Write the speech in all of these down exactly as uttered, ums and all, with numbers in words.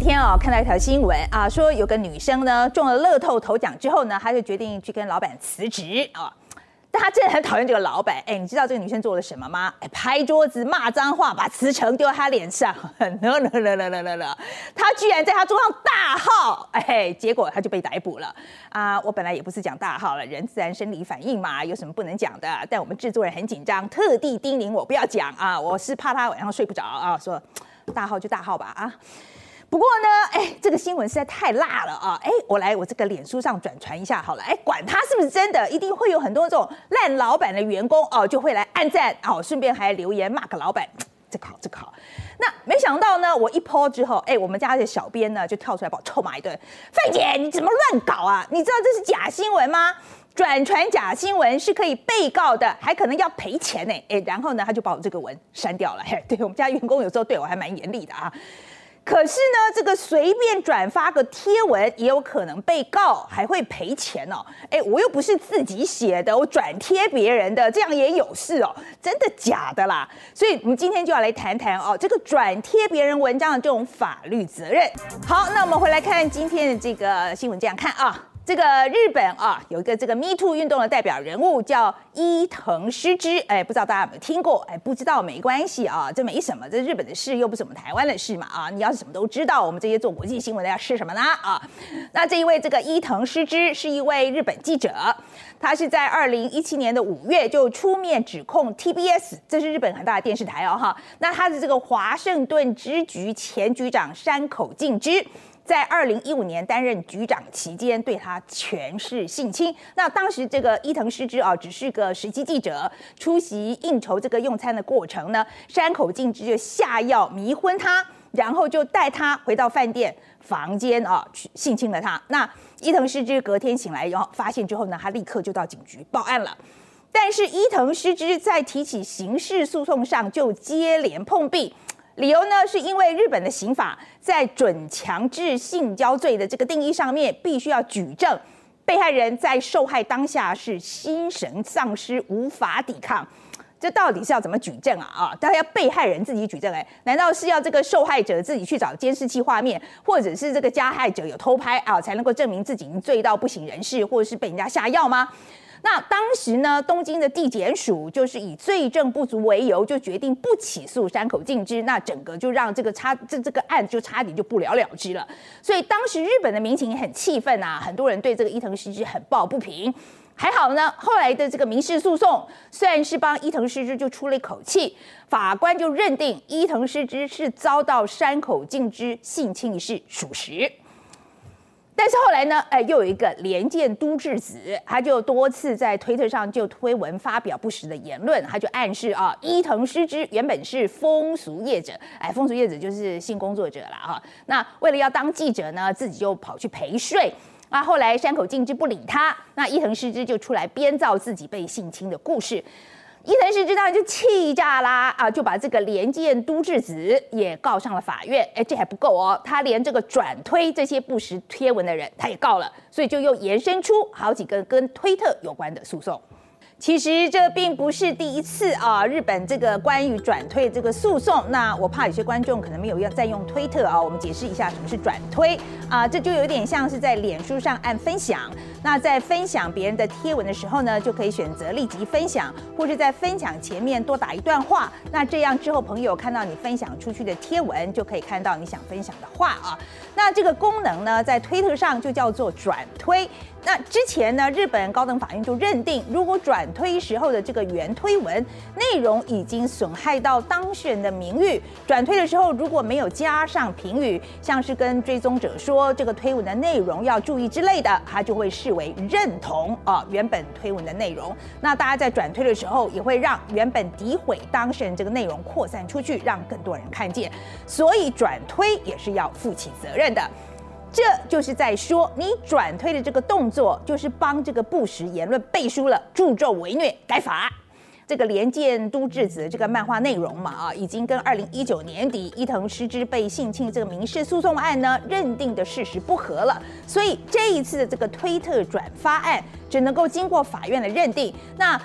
天哦，看到一条新闻啊，说有个女生呢中了乐透头奖之后呢，她就决定去跟老板辞职啊。但她真的很讨厌这个老板，哎，你知道这个女生做了什么吗？哎，拍桌子骂脏话，把辞呈丢在她脸上，no no no no no no no， 她居然在她桌上大号，哎，结果她就被逮捕了啊！我本来也不是讲大号了，人自然生理反应嘛，有什么不能讲的？但我们制作人很紧张，特地叮咛我不要讲啊，我是怕她晚上睡不着啊，说大号就大号吧啊。不过呢，哎，这个新闻实在太辣了啊！哎，我来我这个脸书上转传一下好了。哎，管他是不是真的，一定会有很多这种烂老板的员工哦，就会来按赞哦，顺便还留言骂个老板，这个好，这个好。那没想到呢，我一 po 之后，哎，我们家的小编呢就跳出来把我臭骂一顿。范姐，你怎么乱搞啊？你知道这是假新闻吗？转传假新闻是可以被告的，还可能要赔钱呢。哎，然后呢，他就把我这个文删掉了。嘿，对我们家员工有时候对我还蛮严厉的啊。可是呢，这个随便转发个贴文也有可能被告，还会赔钱哦。哎，我又不是自己写的，我转贴别人的，这样也有事哦？真的假的啦？所以我们今天就要来谈谈哦，这个转贴别人文章的这种法律责任。好，那我们回来看今天的这个新闻，这样看啊。这个日本啊，有一个这个 Me Too 运动的代表人物叫伊藤诗织，哎，不知道大家有没有听过？哎，不知道没关系啊，这没什么，这日本的事又不是我们台湾的事嘛啊！你要是什么都知道，我们这些做国际新闻的要吃什么呢啊？那这一位这个伊藤诗织是一位日本记者，他是在二零一七年的五月就出面指控 T B S， 这是日本很大的电视台哦哈。那他的这个华盛顿支局前局长山口敬之。在二零一五年担任局长期间，对他权势性侵。那当时这个伊藤诗织啊，只是个实习记者，出席应酬这个用餐的过程呢，山口敬之就下药迷昏他，然后就带他回到饭店房间啊，性侵了他。那伊藤诗织隔天醒来，然后发现之后呢，他立刻就到警局报案了。但是伊藤诗织在提起刑事诉讼上就接连碰壁。理由呢，是因为日本的刑法在准强制性交罪的这个定义上面，必须要举证被害人在受害当下是心神丧失，无法抵抗。这到底是要怎么举证啊？啊，大家要被害人自己举证哎？难道是要这个受害者自己去找监视器画面，或者是这个加害者有偷拍啊，才能够证明自己已经醉到不省人事，或者是被人家下药吗？那当时呢，东京的地检署就是以罪证不足为由，就决定不起诉山口敬之，那整个就让这个差这这个案就差点就不了了之了。所以当时日本的民情也很气愤啊，很多人对这个伊藤诗织很抱不平。还好呢，后来的这个民事诉讼算是帮伊藤诗织就出了一口气，法官就认定伊藤诗织是遭到山口敬之性侵一事属实。但是后来呢，哎，又有一个连见都智子，他就多次在推特上就推文发表不实的言论，他就暗示啊，伊藤诗织原本是风俗业者，哎，风俗业者就是性工作者啦哈。那为了要当记者呢，自己就跑去陪睡。啊，后来山口敬之不理他，那伊藤诗织就出来编造自己被性侵的故事。伊藤诗织当然就气炸啦啊，就把这个连见都智子也告上了法院。哎，这还不够哦，他连这个转推这些不实贴文的人，他也告了，所以就又延伸出好几个跟推特有关的诉讼。其实这并不是第一次啊，日本这个关于转推这个诉讼，那我怕有些观众可能没有要再用推特啊，我们解释一下什么是转推啊，这就有点像是在脸书上按分享，那在分享别人的贴文的时候呢，就可以选择立即分享，或是在分享前面多打一段话，那这样之后朋友看到你分享出去的贴文，就可以看到你想分享的话啊。那这个功能呢，在推特上就叫做转推。那之前呢，日本高等法院就认定，如果转推时候的这个原推文内容已经损害到当事人的名誉，转推的时候如果没有加上评语，像是跟追踪者说这个推文的内容要注意之类的，它就会视为认同啊原本推文的内容。那大家在转推的时候，也会让原本诋毁当事人这个内容扩散出去，让更多人看见。所以转推也是要负起责任的。这就是在说，你转推的这个动作，就是帮这个不实言论背书了，助纣为虐，该罚。这个连见都智子的这个漫画内容嘛，啊，已经跟二零一九年底伊藤诗织被性侵这个民事诉讼案呢认定的事实不合了，所以这一次的这个推特转发案只能够经过法院的认定。那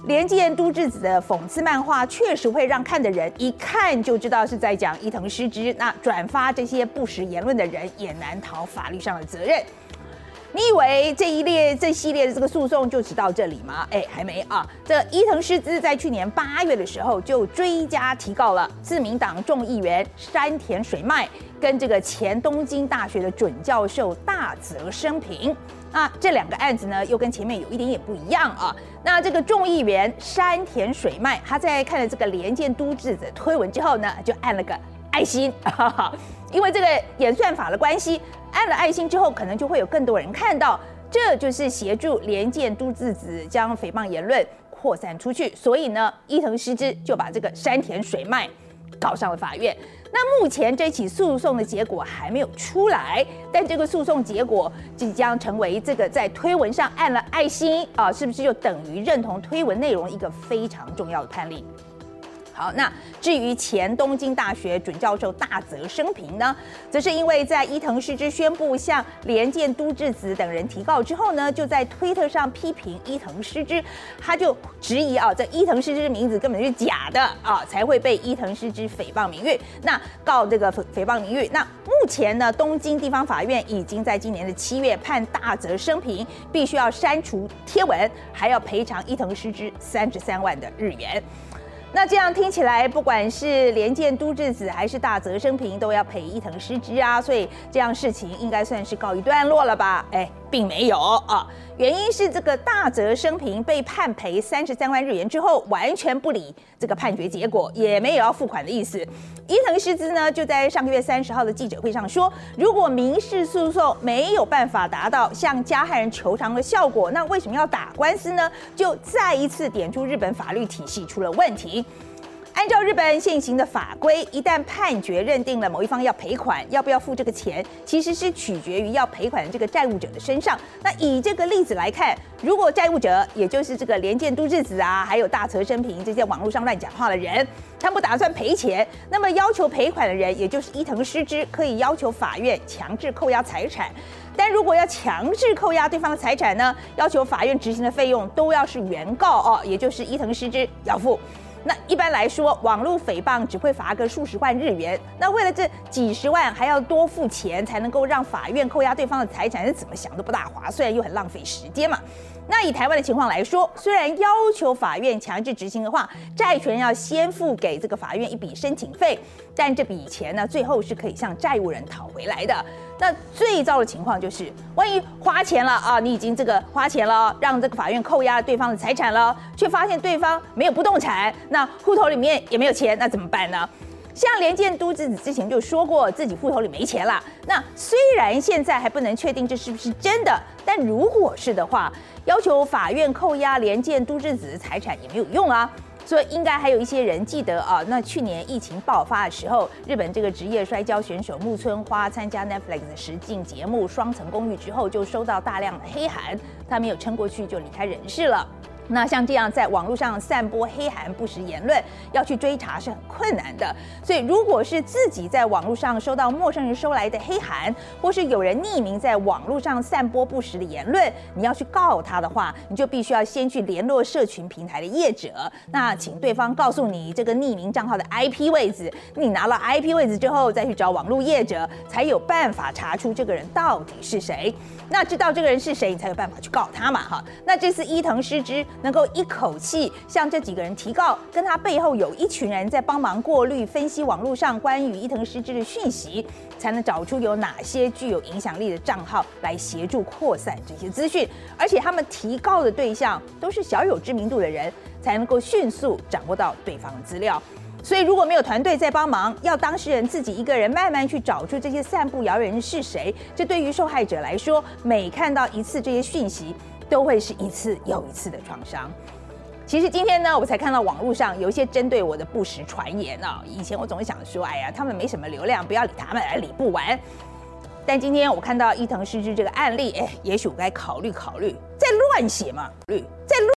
连见都智子的讽刺漫画确实会让看的人一看就知道是在讲伊藤诗织，那转发这些不实言论的人也难逃法律上的责任。你以为这一列这系列的这个诉讼就只到这里吗？哎，还没啊！这伊藤诗织在去年八月的时候就追加提告了自民党众议员山田水脉跟这个前东京大学的准教授大泽伸平。那这两个案子呢，又跟前面有一点点不一样啊。那这个众议员山田水脉，他在看了这个连见都智子的推文之后呢，就按了个爱心，哈哈，因为这个演算法的关系，按了爱心之后，可能就会有更多人看到，这就是协助连见都智子将诽谤言论扩散出去。所以呢，伊藤诗织就把这个山田水脉告上了法院。那目前这起诉讼的结果还没有出来，但这个诉讼结果即将成为这个在推文上按了爱心啊，是不是就等于认同推文内容一个非常重要的判例？好，那至于前东京大学准教授大泽伸平呢，则是因为在伊藤诗织宣布向连见都智子等人提告之后呢，就在推特上批评伊藤诗织，他就质疑啊，这伊藤诗织的名字根本就是假的啊，才会被伊藤诗织诽谤名誉，那告这个诽谤名誉。那目前呢，东京地方法院已经在今年的七月判大泽伸平必须要删除贴文，还要赔偿伊藤诗织三十三万的日元。那这样听起来，不管是连见都智子还是大泽伸平，都要赔伊藤诗织啊，所以这样事情应该算是告一段落了吧？哎，并没有啊。原因是这个大泽伸平被判赔三十三万日元之后，完全不理这个判决结果，也没有要付款的意思。伊藤诗织呢，就在上个月三十号的记者会上说，如果民事诉讼没有办法达到向加害人求偿的效果，那为什么要打官司呢？就再一次点出日本法律体系出了问题。按照日本现行的法规，一旦判决认定了某一方要赔款，要不要付这个钱，其实是取决于要赔款的这个债务者的身上。那以这个例子来看，如果债务者，也就是这个连见都智子啊，还有大泽伸平这些网络上乱讲话的人，他们不打算赔钱，那么要求赔款的人，也就是伊藤诗织，可以要求法院强制扣押财产。但如果要强制扣押对方的财产呢，要求法院执行的费用都要是原告哦，也就是伊藤诗织要付。那一般来说，网络诽谤只会罚个数十万日元。那为了这几十万，还要多付钱才能够让法院扣押对方的财产，是怎么想都不大划算，又很浪费时间嘛。那以台湾的情况来说，虽然要求法院强制执行的话，债权人要先付给这个法院一笔申请费，但这笔钱呢，最后是可以向债务人讨回来的。那最糟的情况就是，万一花钱了啊，你已经这个花钱了，让这个法院扣押对方的财产了，却发现对方没有不动产，那户头里面也没有钱，那怎么办呢？像连见都智子之前就说过自己户头里没钱啦。那虽然现在还不能确定这是不是真的，但如果是的话，要求法院扣押连见都智子的财产也没有用啊。所以应该还有一些人记得啊，那去年疫情爆发的时候，日本这个职业摔跤选手木村花参加 Netflix 的实境节目《双层公寓》之后，就收到大量的黑函，他没有撑过去就离开人世了。那像这样在网络上散播黑函不实言论，要去追查是很困难的。所以如果是自己在网络上收到陌生人收来的黑函，或是有人匿名在网络上散播不实的言论，你要去告他的话，你就必须要先去联络社群平台的业者，那请对方告诉你这个匿名账号的 I P 位置，你拿了 I P 位置之后，再去找网络业者，才有办法查出这个人到底是谁。那知道这个人是谁，你才有办法去告他嘛，哈。那这次伊藤诗织能够一口气向这几个人提告，跟他背后有一群人在帮忙过滤、分析网络上关于伊藤诗织的讯息，才能找出有哪些具有影响力的账号来协助扩散这些资讯。而且他们提告的对象都是小有知名度的人，才能够迅速掌握到对方的资料。所以如果没有团队在帮忙，要当事人自己一个人慢慢去找出这些散布谣言是谁，这对于受害者来说，每看到一次这些讯息，都会是一次又一次的创伤。其实今天呢，我才看到网络上有一些针对我的不实传言啊。以前我总是想说，哎呀，他们没什么流量，不要理他们，理不完。但今天我看到伊藤诗织这个案例，哎，也许我该考虑考虑，再乱写嘛，再乱。